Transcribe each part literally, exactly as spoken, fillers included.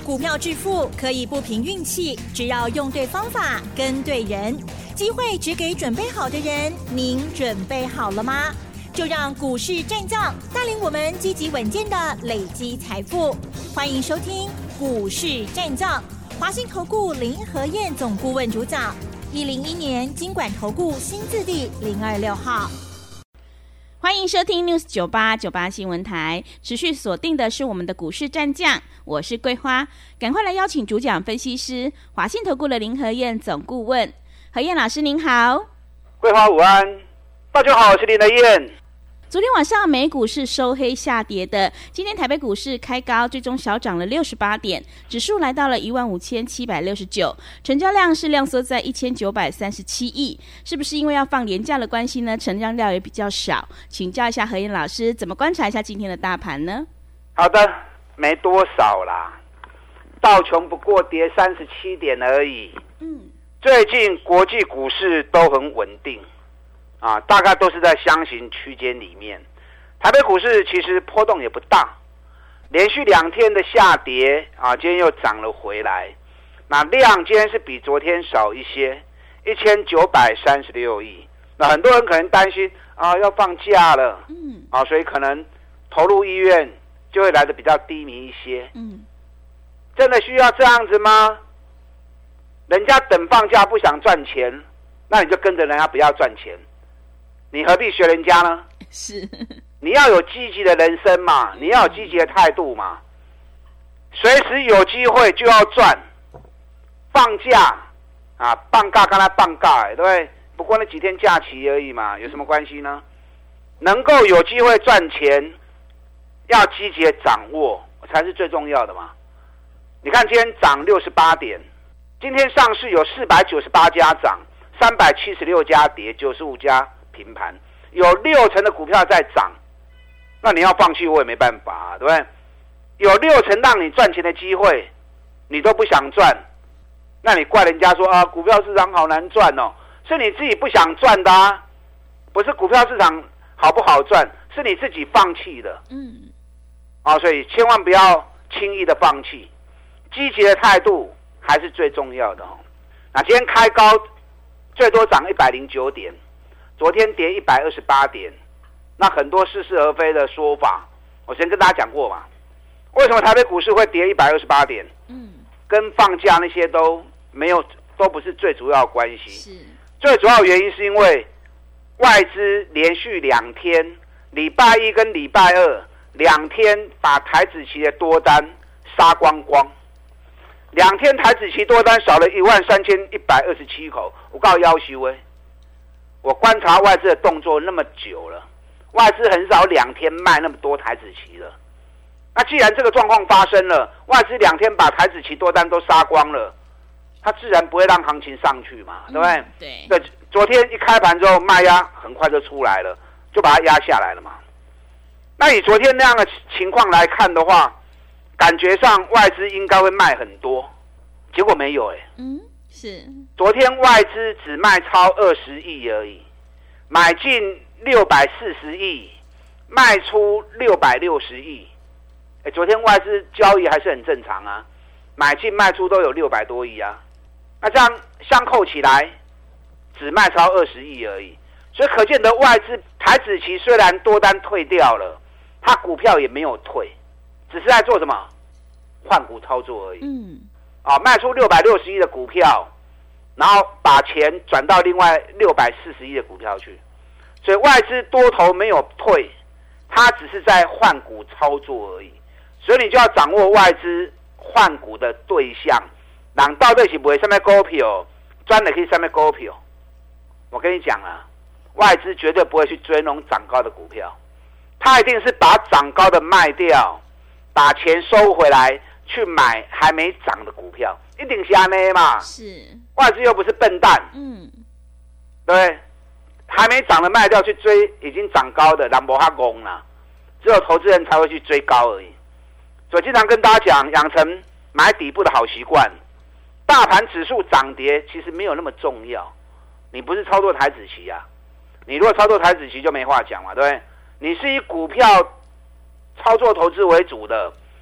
股票致富可以不凭运气，只要用对方法跟对人。机会只给准备好的人，您准备好了吗？就让股市战将带领我们积极稳健的累积财富。欢迎收听股市战将，华信投顾林和彥总顾问主讲，一零一年金管投顾新字第零二六号。 欢迎收听 News 九八九八新闻台，持续锁定的是我们的股市战将，我是桂花，赶快来邀请主讲分析师华信投顾的林和彥总顾问。和彥老师您好。 桂花午安，大家好，我是林和彥。 昨天晚上美股是收黑下跌的，今天台北股市开高，最终小涨了六十八点，指数来到了一万五千七百六十九，成交量是量缩在一千九百三十七亿，是不是因为要放连假的关系呢？成交量也比较少，请教一下和彥老师，怎么观察一下今天的大盘呢？ 好的，没多少啦，道琼不过跌三十七点而已。嗯，最近国际股市都很稳定。啊，大概都是在箱型区间里面。台北股市其实波动也不大，连续两天的下跌啊，今天又涨了回来。那量今天是比昨天少一些，一千九百三十六亿。那很多人可能担心啊，要放假了，嗯，啊，所以可能投入意愿就会来得比较低迷一些。嗯，真的需要这样子吗？人家等放假不想赚钱，那你就跟着人家不要赚钱。你何必学人家呢？ 是， 你要有积极的人生嘛，你要有积极的态度嘛。随时有机会就要赚，放假啊，放假跟他放假，对不对？不过那几天假期而已嘛，有什么关系呢？能够有机会赚钱，要积极的掌握才是最重要的嘛。你看今天涨六十八点，今天上市有四百九十八家涨，三百七十六家跌，九十五家平盘，有六成的股票在涨，那你要放弃我也没办法、啊，对不对？有六成让你赚钱的机会，你都不想赚，那你怪人家说啊，股票市场好难赚哦，是你自己不想赚的啊，不是股票市场好不好赚，是你自己放弃的。嗯，啊，所以千万不要轻易的放弃，积极的态度还是最重要的哦。那今天开高，最多涨一百零九点。昨天跌一百二十八点，那很多似是而非的说法，我先跟大家讲过嘛。为什么台北股市会跌一百二十八点？嗯，跟放假那些都没有，都不是最主要的关系。是，最主要的原因是因为外资连续两天，礼拜一跟礼拜二两天把台指期的多单杀光光，两天台指期多单少了一万三千一百二十七口，我告诉要求哎。我观察外资的动作那么久了，外资很少两天卖那么多台指期了。那既然这个状况发生了，外资两天把台指期多单都杀光了，它自然不会让行情上去嘛，对不对？ 嗯、对。 对，昨天一开盘之后卖压很快就出来了，就把它压下来了嘛。那以昨天那样的情况来看的话，感觉上外资应该会卖很多，结果没有哎、欸。嗯。是，昨天外资只卖超二十亿而已，买进六百四十亿，卖出六百六十亿。哎，昨天外资交易还是很正常啊，买进卖出都有六百多亿啊。那这样相扣起来，只卖超二十亿而已。所以可见的外资台指期虽然多单退掉了，它股票也没有退，只是在做什么换股操作而已。嗯。啊，卖出六百六十亿的股票，然后把钱转到另外六百四十亿的股票去，所以外资多头没有退，它只是在换股操作而已。所以你就要掌握外资换股的对象，人到底是买什么股票，专的可以什么股票。我跟你讲啊，外资绝对不会去追那种涨高的股票，它一定是把涨高的卖掉，把钱收回来。去买还没涨的股票，一定是这样嘛？是，外资又不是笨蛋，嗯，对不对？还没涨的卖掉去追已经涨高的，人没那么戆啦，只有投资人才会去追高而已。所以经常跟大家讲，养成买底部的好习惯。大盘指数涨跌其实没有那么重要，你不是操作台指期啊，你如果操作台指期就没话讲嘛，对不对？你是以股票操作投资为主的。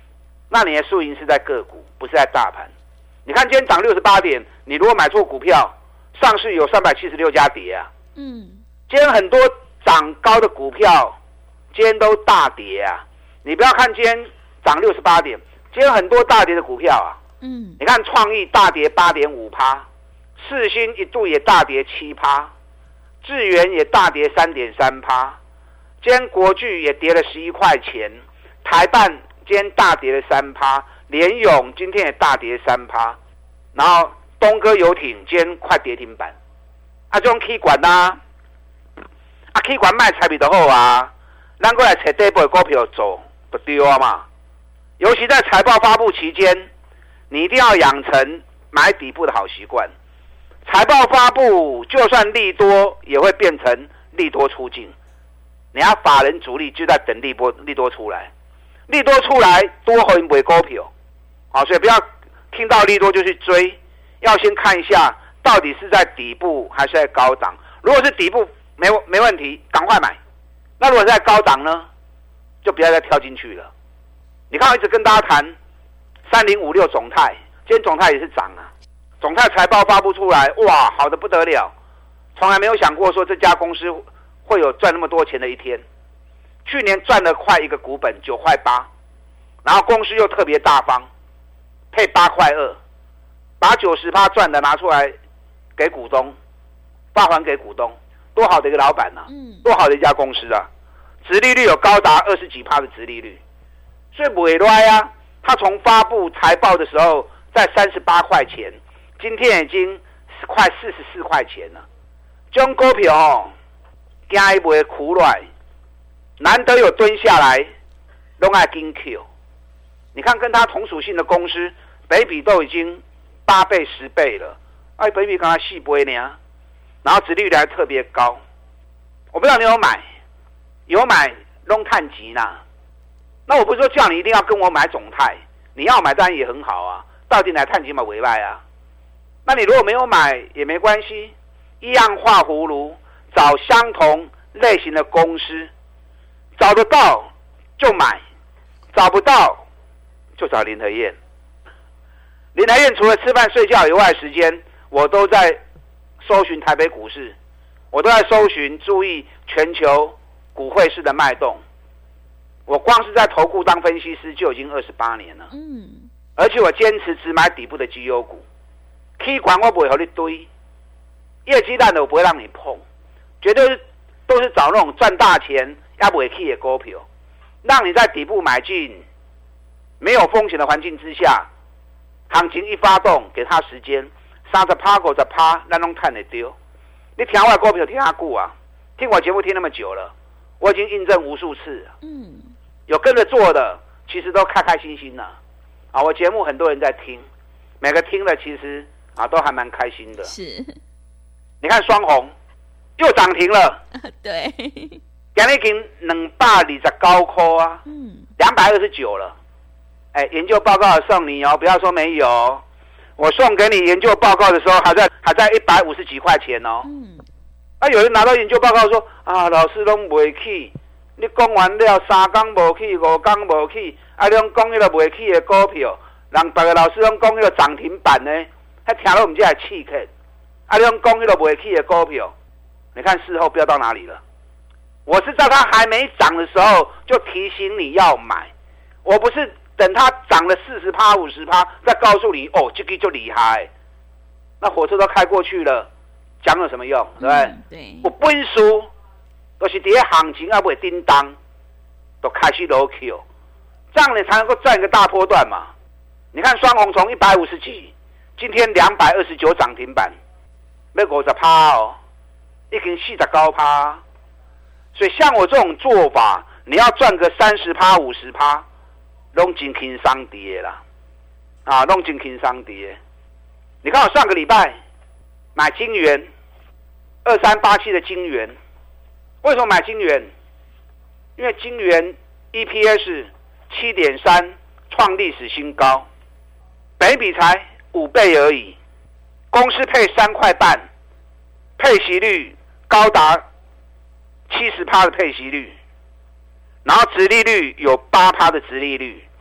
那你的输赢是在个股，不是在大盘。你看今天涨六十八点，你如果买错股票，上市有三百七十六家跌啊。 嗯， 今天很多涨高的股票，今天都大跌啊。你不要看今天涨六十八点，今天很多大跌的股票啊。 嗯， 你看创意大跌八点五趴，世新一度也大跌七趴，智原也大跌三点三趴，今天国巨也跌了十一块钱，台办今天大跌了三趴，联咏今天也大跌三趴，然后东哥游艇今天快跌停板，啊，这种气管呐，啊，气管卖财比就好啊，咱过来找底部的股票做就对啊嘛。尤其在财报发布期间，你一定要养成买底部的好习惯。财报发布，就算利多，也会变成利多出尽。你要法人主力就在等利多，利多出来，利多出来多回买股票，好，所以不要听到利多就去追，要先看一下到底是在底部还是在高档。如果是底部没没问题，赶快买。那如果是在高档呢，就不要再跳进去了。你看我一直跟大家谈三零五六总泰，今天总泰也是涨啊。总泰财报发布出来，哇，好的不得了，从来没有想过说这家公司会有赚那么多钱的一天。去年赚了快一个股本九块八，然后公司又特别大方，配八块二，把九十趴赚的拿出来给股东，发还给股东，多好的一个老板啊，多好的一家公司啊，殖利率有高达二十几趴的殖利率，所以不会赖啊。他从发布财报的时候在三十八块钱，今天已经快四十四块钱了。这种股票哦，惊伊袂苦来，难得有蹲下来，拢爱紧 Q。你看跟他同属性的公司，本益比都已经八倍、十倍了，哎，本益比刚才四倍呢，然后殖利率还特别高。我不知道你有买，有买拢探钱啦。那我不是说叫你一定要跟我买总泰，你要买当然也很好啊，到底来探钱嘛委外啊。那你如果没有买也没关系，一样画葫芦，找相同类型的公司，找得到就买，找不到就找林和燕。林和燕除了吃饭睡觉以外的时间，我都在搜寻台北股市，我都在搜寻注意全球股汇市的脉动。我光是在投顾当分析师就已经二十八年了，嗯，而且我坚持只买底部的绩优股，K 管我不会和你堆，业绩烂的我不会让你碰，绝对是都是找那种赚大钱也不会去的股票，让你在底部买进，没有风险的环境之下，行情一发动，给他时间，三十趴、五十趴，咱拢赚得到。你听我的股票听下久啊，听我节目听那么久了，我已经印证无数次了，嗯。有跟着做的，其实都开开心心的啊！我节目很多人在听，每个听了其实啊都还蛮开心的。 是， 你看双红又涨停了， 对， 今天已经两百二十九块啊，嗯，两百二十九了。哎，研究报告送你哦，不要说没有，我送给你研究报告的时候还在还在一百五十几块钱哦。嗯，啊，有人拿到研究报告说啊，老师拢袂起。你讲完了，三天无去，五天无去，啊！你讲讲迄个袂去的股票，人别个老师拢讲迄个涨停板呢，还听到我们这来气客。啊！你讲讲迄个袂去的股票，你看事后飙到哪里了？我是在它还没涨的时候就提醒你要买，我不是等它涨了四十趴、五十趴再告诉你哦，这个就厉害。那火车都开过去了，讲有什么用？对不对？ 嗯、对， 有本事。都是在行情还未叮当，都开始落 Q， 这样你才能够赚一个大波段嘛。你看双红从一百五十几，今天两百二十九涨停板，要五十趴哦，已经四十九趴。所以像我这种做法，你要赚个三十趴、五十趴，拢真轻松的啦，啊，拢真轻松的。你看我上个礼拜买金元二三八七的金元。为什么买金元？因为金元 E P S 七点三 创历史新高，本益比才五倍而已，公司配三块半，配息率高达七十趴的配息率，然后殖利率有八趴的殖利率，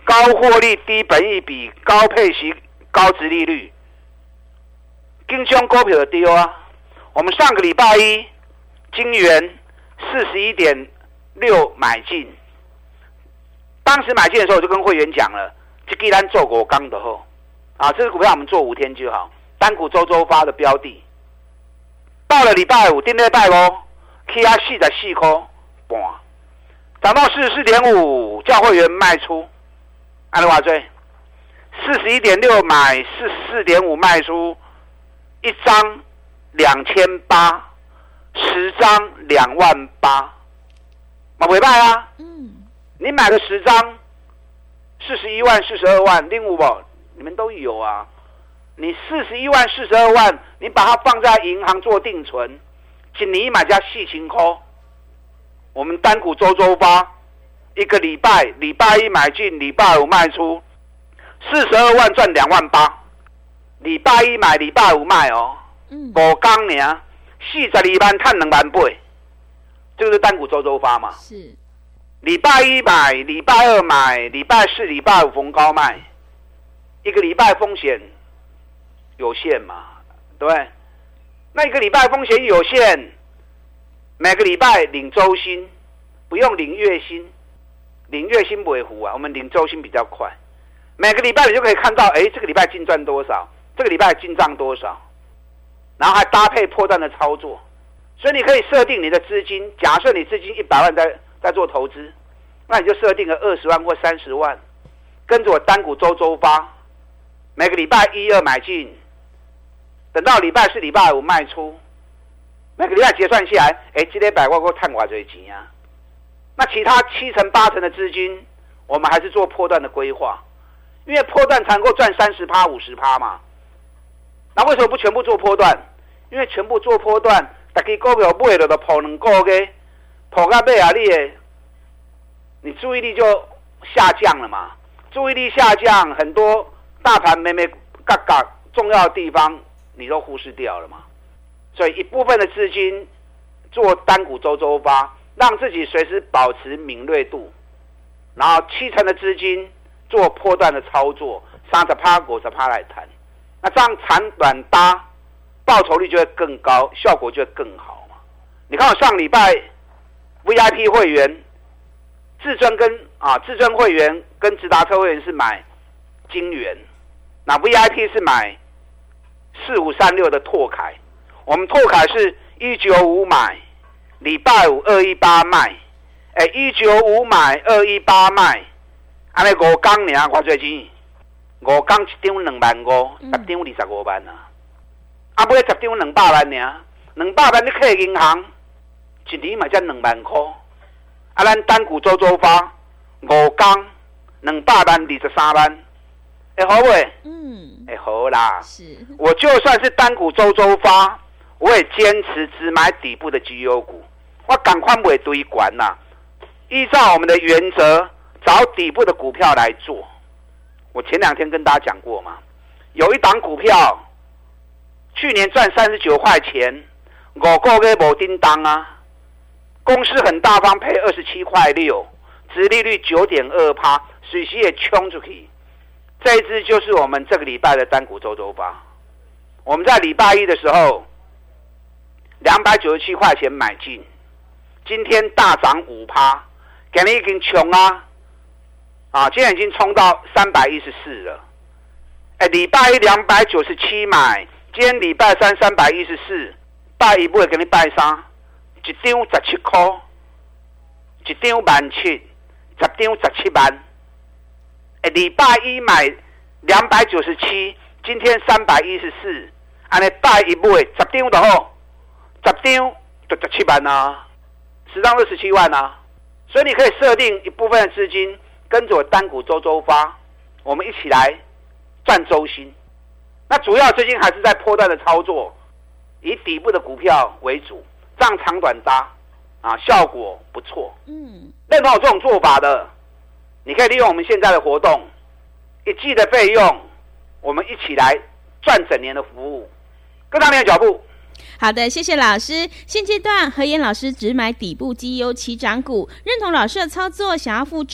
高获利、低本益比、高配息、高殖利率，金熊股票的丢啊！我们上个礼拜一，金元四十一点六买进，当时买进的时候我就跟会员讲了，这既然做过刚的后，啊，这个股票我们做五天就好，单股周周发的标的。到了礼拜五，顶礼拜五，起啊四十四块半，涨到四十四点五，叫会员卖出，按照话追，四十一点六买，四十四点五卖出，一张两千八，十张两万八，嘛袂歹啊。嗯，你买了十张，四十一万、四十二万，另有无？你们都有啊。你四十一万、四十二万，你把它放在银行做定存，一年买加四千块。我们单股周周发，一个礼拜，礼拜一买进，礼拜五卖出，四十二万赚两万八。礼拜一买，礼拜五卖哦，五天呢，四十二万赚两万八，这个是单股周周发嘛？ 是。 礼拜一买，礼拜二买，礼拜四、礼拜五逢高卖，一个礼拜风险有限嘛，对不对？那一个礼拜风险有限，每个礼拜领周薪，不用领月薪，领月薪不会糊啊，我们领周薪比较快。每个礼拜你就可以看到，哎，这个礼拜净赚多少，这个礼拜进账多少，然后还搭配波段的操作，所以你可以设定你的资金，假设你资金一百万在在做投资，那你就设定个二十万或三十万，跟着我单股周周发，每个礼拜一二买进。等到礼拜四、礼拜五卖出，每个礼拜结算下来，哎，这礼拜我我赚多少钱啊？那其他七成八成的资金，我们还是做波段的规划，因为波段才能够赚三十趴、五十趴嘛。那为什么不全部做波段？因为全部做波段，大家股票买了就抱两个月，抱到尾啊，你的你注意力就下降了嘛。注意力下降，很多大盘每每嘎嘎重要的地方。你都忽视掉了嘛？所以一部分的资金做单股周周发，让自己随时保持敏锐度，然后七成的资金做波段的操作，三十趴、五十趴来谈，那这样长短搭，报酬率就会更高，效果就会更好嘛。你看我上礼拜 V I P 会员，至尊跟啊至尊会员跟直达车会员是买金元，那 V I P 是买四五三六的拓凯，我们拓凯是一九五买，礼拜五二一八卖，哎，一九五买二一八卖，安尼五天呢，偌侪钱？五天一张两万五，十张二十五万啊！啊，买十张两百万呢，两百万你开银行，一年嘛才两万块。啊，咱单股周周发，五天两百万二十三万，会好不？嗯。哎，好啦，是，我就算是单股周周发，我也坚持只买底部的绩优股，我赶快不会堆管呐。依照我们的原则，找底部的股票来做。我前两天跟大家讲过嘛，有一档股票，去年赚三十九块钱，五个月没叮当啊，公司很大方配二十七块六，殖利率九点二趴，随时也冲出去。这一支就是我们这个礼拜的单股周周发，我们在礼拜一的时候，两百九十七块钱买进，今天大涨五趴，今天已经冲啊，啊，今天已经冲到三百一十四了。哎，礼拜一两百九十七买，今天礼拜三三百一十四，拜一不会给你拜三，一张十七块，一张万七，十张十七万。哎，礼拜一买两百九十七，今天三百一十四，安尼拜一买十张就好，十张就十七万啊，十张就十七万啊。所以你可以设定一部分的资金，跟着我单股周周发，我们一起来赚周薪。那主要资金还是在波段的操作，以底部的股票为主，这样长短搭啊，效果不错。嗯，认同我这种做法的。你可以利用我们现在的活动，一季的费用，我们一起来赚整年的服务，跟上你的脚步。 好的，谢谢老师。现阶段何妍老师只买底部绩优起涨股，认同老师的操作，想要复制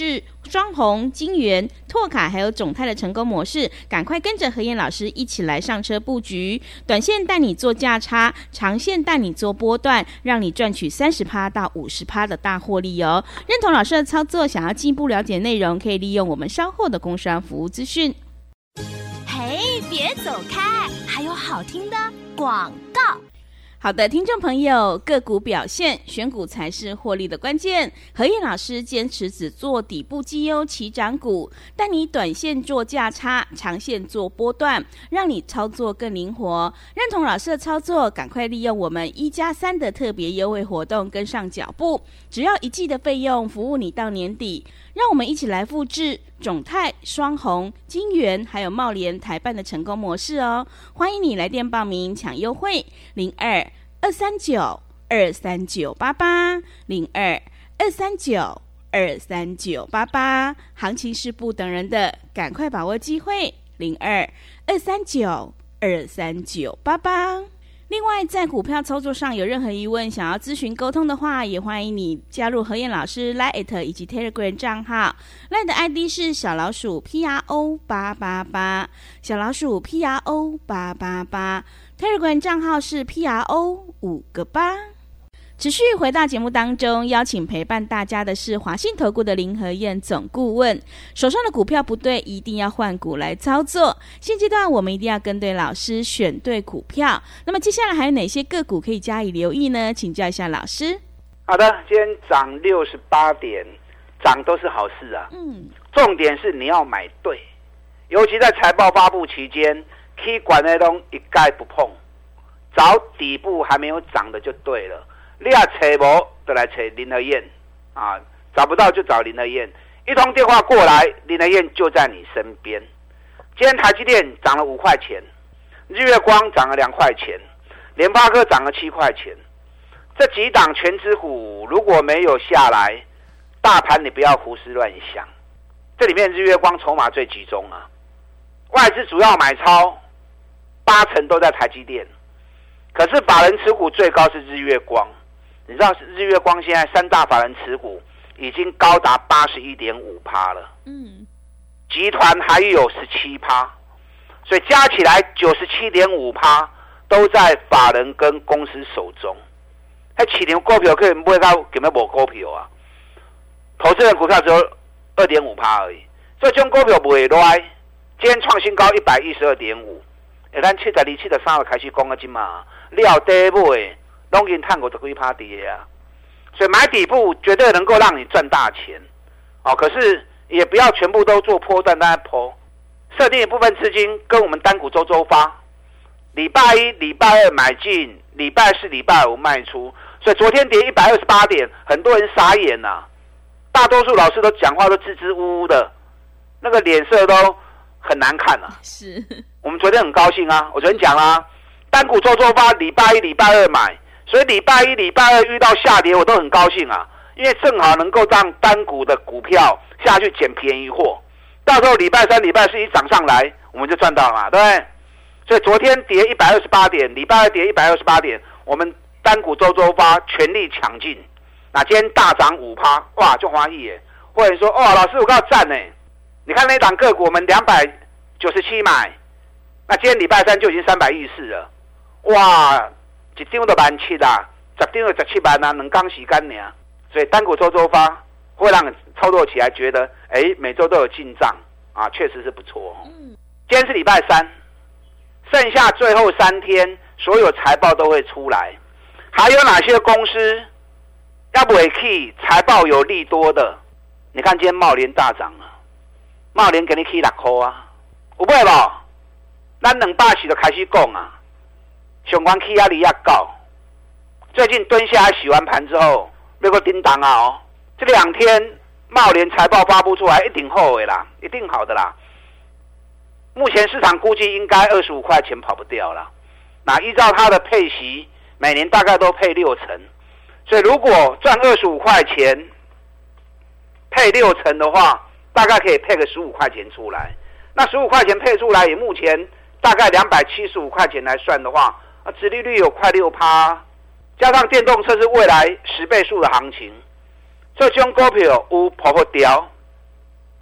双红、金元、拓卡还有总泰的成功模式，赶快跟着和燕老师一起来上车布局。短线带你做价差，长线带你做波段，让你赚取 百分之三十 到 百分之五十 的大获利哦。认同老师的操作，想要进一步了解内容，可以利用我们稍后的工商服务资讯。 嘿，别走开，还有好听的广告。 好的，听众朋友，个股表现，选股才是获利的关键。和燕老师坚持只做底部绩优起涨股，带你短线做价差，长线做波段，让你操作更灵活。认同老师的操作，赶快利用我们一加三的特别优惠活动，跟上脚步。只要一季的费用，服务你到年底。让我们一起来复制总泰、双红、金元还有茂联台办的成功模式哦！欢迎你来电报名抢优惠，零二二三九二三九八八零二二三九二三九八八，行情是不等人的，赶快把握机会，零二二三九二三九八八。另外，在股票操作上有任何疑问，想要咨询沟通的话，也欢迎你加入和燕老师 Line 以及 Telegram 账号。Line 的 I D 是小老鼠 P R O 八八八， 小老鼠 P R O 八八八， Telegram 账号是 P R O 五个八。持续回到节目当中，邀请陪伴大家的是华信投顾的林和燕总顾问。手上的股票不对，一定要换股来操作。现阶段我们一定要跟对老师，选对股票。那么接下来还有哪些个股可以加以留意呢？请教一下老师。 好的，今天涨六十八点，涨都是好事啊。嗯，重点是你要买对，尤其在财报发布期间，可以管的东一概不碰，找底部还没有涨的就对了。你要找无就来找林和燕啊，找不到就找林和燕，一通电话过来，林和燕就在你身边。今天台积电涨了五块钱，日月光涨了两块钱，联发科涨了七块钱。这几档全指股如果没有下来，大盘你不要胡思乱想。这里面日月光筹码最集中啊，外资主要买超八成都在台积电，可是法人持股最高是日月光。你知道日月光现在三大法人持股已经高达 百分之八十一点五 了，嗯，集团还有 百分之十七， 所以加起来 百分之九十七点五 都在法人跟公司手中。那市场股票可以买到根本没股票啊，投资人股票只有 二点五 而已，所以这种股票不会赖。今天创新高 一百一十二点五， 咱七十二、七十三就开始讲了今嘛，料低买都已经探过十几趴跌啊，所以买底部绝对能够让你赚大钱哦。可是也不要全部都做波段，大家波设定一部分资金跟我们单股周周发，礼拜一、礼拜二买进，礼拜四、礼拜五卖出。所以昨天跌一百二十八点，很多人傻眼呐、啊，大多数老师都讲话都支支吾吾的，那个脸色都很难看啊。 是， 我们昨天很高兴啊，我昨天讲啦、啊，单股周周发，礼拜一、礼拜二买。所以礼拜一、礼拜二遇到下跌，我都很高兴啊，因为正好能够让单股的股票下去捡便宜货，到时候礼拜三、礼拜四一涨上来，我们就赚到了嘛，对不对？所以昨天跌一百二十八点，礼拜二跌一百二十八点，我们单股周周发全力抢进，那今天大涨 百分之五， 哇，就欢喜耶！或者说，哇，老师我告诉赞呢，你看那档个股我们两百九十七买，那今天礼拜三就已经三百一十四了，哇！一张就万七啦，十张就十七万啊，两天时间呢，所以单股周周发会让你操作起来觉得，哎，每周都有进账啊，确实是不错。嗯，今天是礼拜三，剩下最后三天，所有财报都会出来，还有哪些公司要不会去财报有利多的？你看今天茂联大涨了，茂联给你起六块啊，有买无？咱两百四就开始讲啊。相关起压力也高，最近蹲下来洗完盘之后，要个叮当啊哦！这两天茂联财报发布出来，一定好的啦，一定好的啦。目前市场估计应该二十五块钱跑不掉啦。那依照它的配息，每年大概都配六成，所以如果赚二十五块钱，配六成的话，大概可以配个十五块钱出来。那十五块钱配出来，以目前大概两百七十五块钱来算的话，啊，殖利率有快 百分之六， 加上电动车是未来十倍数的行情，所以这种股票有跑不掉，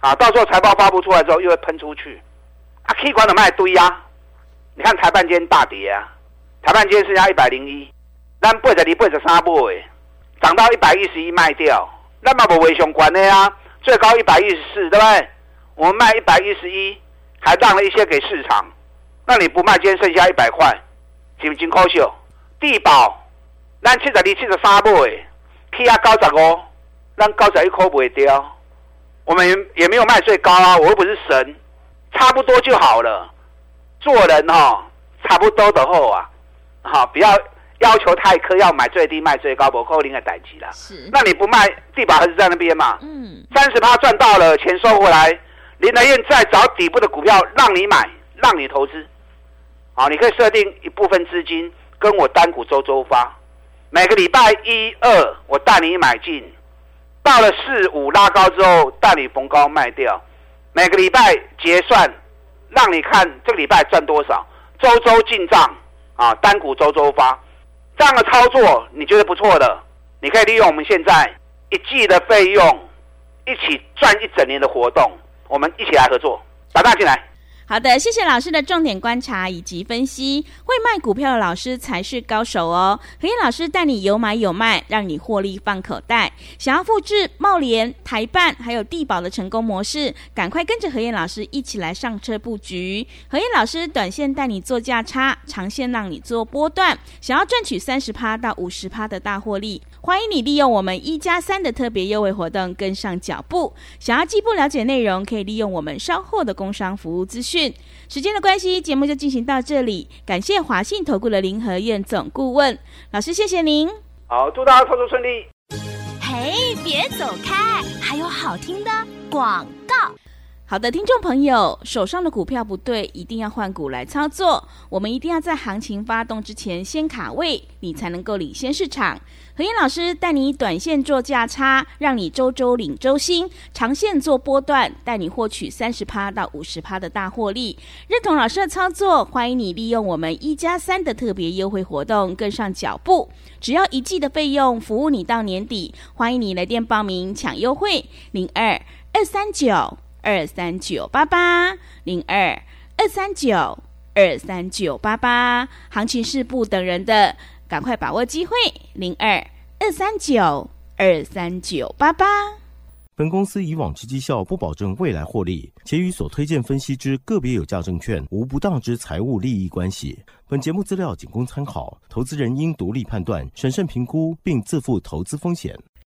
啊，到时候财报发布出来之后又会喷出去，啊 ，K 管的卖堆啊，你看台半间大跌啊，台半间剩下一百零一，咱八十二、八十三买的，涨到一百一十一卖掉，咱嘛无为上关的啊，最高一百一十四，对不对？我们卖一百一十一，还让了一些给市场，那你不卖，今天剩下一百块，是不是真可惜？地保，咱七十二、七十三买的，起啊九十五，咱九十一块卖掉。我们也没有卖最高啊，我又不是神，差不多就好了。做人哈、哦，差不多的后啊，好、哦，不要要求太苛，要买最低卖最高，不扣零的代志啦。 是， 那你不卖，地保还是在那边嘛？ 嗯， 三十趴赚到了，钱收回来，林德燕再找底部的股票让你买，让你投资。好，你可以设定一部分资金跟我单股周周发，每个礼拜一二我带你买进。到了四五拉高之后，带你逢高卖掉，每个礼拜结算，让你看这个礼拜赚多少，周周进账啊，单股周周发，这样的操作你觉得不错的，你可以利用我们现在一季的费用，一起赚一整年的活动，我们一起来合作，打大进来。 好的，谢谢老师的重点观察以及分析。会卖股票的老师才是高手哦。何燕老师带你有买有卖，让你获利放口袋。想要复制茂联、台办还有地保的成功模式，赶快跟着何燕老师一起来上车布局。何燕老师短线带你做价差，长线让你做波段。想要赚取 百分之三十 到 百分之五十 的大获利，欢迎你利用我们一加三的特别优惠活动跟上脚步。想要进一步了解内容，可以利用我们稍后的工商服务资讯。时间的关系，节目就进行到这里。感谢华信投顾的林和燕总顾问老师，谢谢您。 好，祝大家操作顺利。 嘿，别走开，还有好听的广告。 好的，听众朋友，手上的股票不对，一定要换股来操作。我们一定要在行情发动之前先卡位，你才能够领先市场。何燕老师带你短线做价差，让你周周领周薪；长线做波段，带你获取 百分之三十 到 百分之五十 的大获利。认同老师的操作，欢迎你利用我们一加三的特别优惠活动跟上脚步。只要一季的费用，服务你到年底。欢迎你来电报名抢优惠，零二二三九二三九八八零二二三九二三九八八，行情是不等人的，赶快把握机会，零二二三九二三九八八。 本公司以往之绩效不保证未来获利，且与所推荐分析之个别有价证券无不当之财务利益关系。本节目资料仅供参考，投资人应独立判断、审慎评估，并自负投资风险。